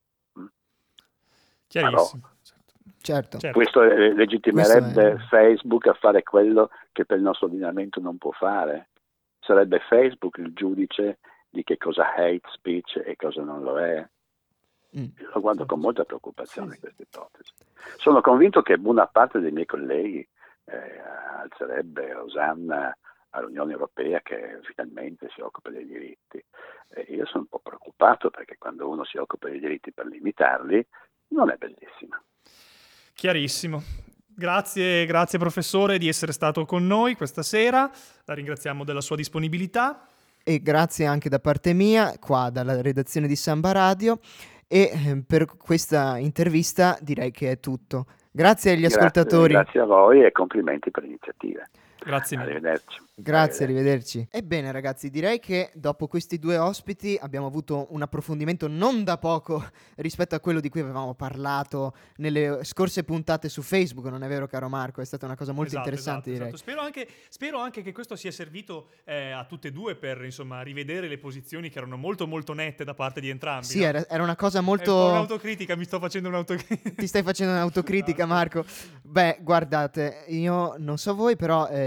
Chiarissimo. Certo. Certo. Questo legittimerebbe Questo è... Facebook a fare quello che per il nostro ordinamento non può fare. Sarebbe Facebook il giudice di che cosa hate speech e cosa non lo è. Mm. Lo guardo con molta preoccupazione Sì. questa ipotesi. Sono convinto che buona parte dei miei colleghi eh, alzerebbe osanna all'Unione Europea che finalmente si occupa dei diritti. E io sono un po' preoccupato perché quando uno si occupa dei diritti per limitarli non è bellissimo. Chiarissimo. Grazie, grazie professore di essere stato con noi questa sera, la ringraziamo della sua disponibilità. E grazie anche da parte mia, qua dalla redazione di Samba Radio, e eh, per questa intervista direi che è tutto. Grazie agli Grazie, ascoltatori. Grazie a voi e complimenti per l'iniziativa. Grazie mille. Arrivederci. Grazie, arrivederci. Ebbene ragazzi, direi che dopo questi due ospiti abbiamo avuto un approfondimento non da poco rispetto a quello di cui avevamo parlato nelle scorse puntate su Facebook, non è vero caro Marco? È stata una cosa molto Esatto, interessante esatto, direi. esatto. Spero, anche, spero anche che questo sia servito eh, a tutte e due per insomma rivedere le posizioni che erano molto molto nette da parte di entrambi. Sì, no? era, era una cosa È un po' molto... un'autocritica, mi sto facendo un'autocritica. Ti stai facendo un'autocritica, Marco? Beh, guardate, io non so voi, però eh,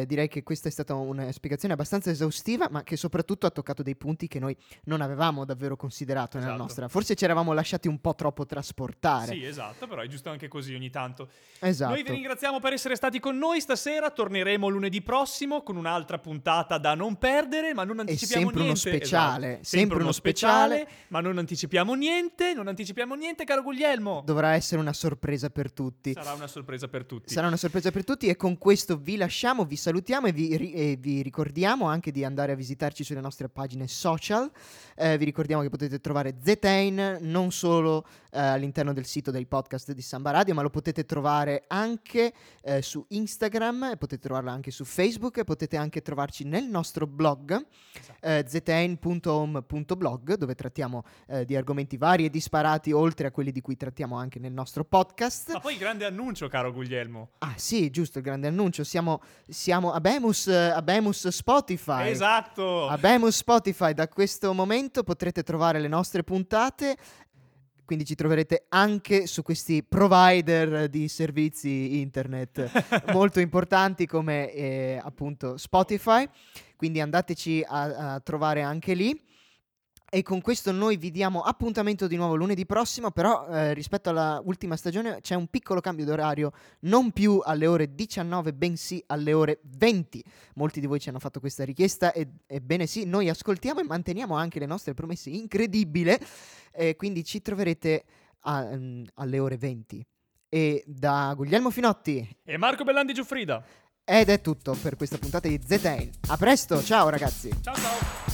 direi che questa è stata una spiegazione abbastanza esaustiva, ma che soprattutto ha toccato dei punti che noi non avevamo davvero considerato nella Esatto. nostra. Forse ci eravamo lasciati un po' troppo trasportare. Sì, esatto, però è giusto anche così ogni tanto. Esatto. Noi vi ringraziamo per essere stati con noi stasera, torneremo lunedì prossimo con un'altra puntata da non perdere, ma non È anticipiamo sempre uno niente. speciale, Esatto. sempre uno speciale. ma non anticipiamo niente, non anticipiamo niente, caro Guglielmo. Dovrà essere una sorpresa per tutti. Sarà una sorpresa per tutti. Sarà una sorpresa per tutti e con questo vi lasciamo, vi salutiamo e vi, ri- e vi ricordiamo anche di andare a visitarci sulle nostre pagine social. Eh, vi ricordiamo che potete trovare Zetain non solo eh, all'interno del sito del podcast di Samba Radio, ma lo potete trovare anche eh, su Instagram, e potete trovarlo anche su Facebook, e potete anche trovarci nel nostro blog eh, zetain punto home punto blog, dove trattiamo eh, di argomenti vari e disparati, oltre a quelli di cui trattiamo anche nel nostro podcast. Ma poi il grande annuncio, caro Guglielmo. Ah sì, giusto, il grande annuncio. Siamo, siamo Abemus, eh, Abemus Spotify. Esatto. Abemus Spotify. Da questo momento potrete trovare le nostre puntate. Quindi ci troverete anche su questi provider di servizi internet molto importanti come eh, appunto Spotify. Quindi andateci a, a trovare anche lì. E con questo noi vi diamo appuntamento di nuovo lunedì prossimo, però eh, rispetto alla ultima stagione c'è un piccolo cambio d'orario, non più alle ore diciannove bensì alle ore venti. Molti di voi ci hanno fatto questa richiesta e ebbene sì, noi ascoltiamo e manteniamo anche le nostre promesse, incredibile, eh, quindi ci troverete a, um, alle ore venti. E da Guglielmo Finotti E Marco Bellandi Giuffrida. ed è tutto per questa puntata di Zetain. A presto, ciao ragazzi! Ciao ciao.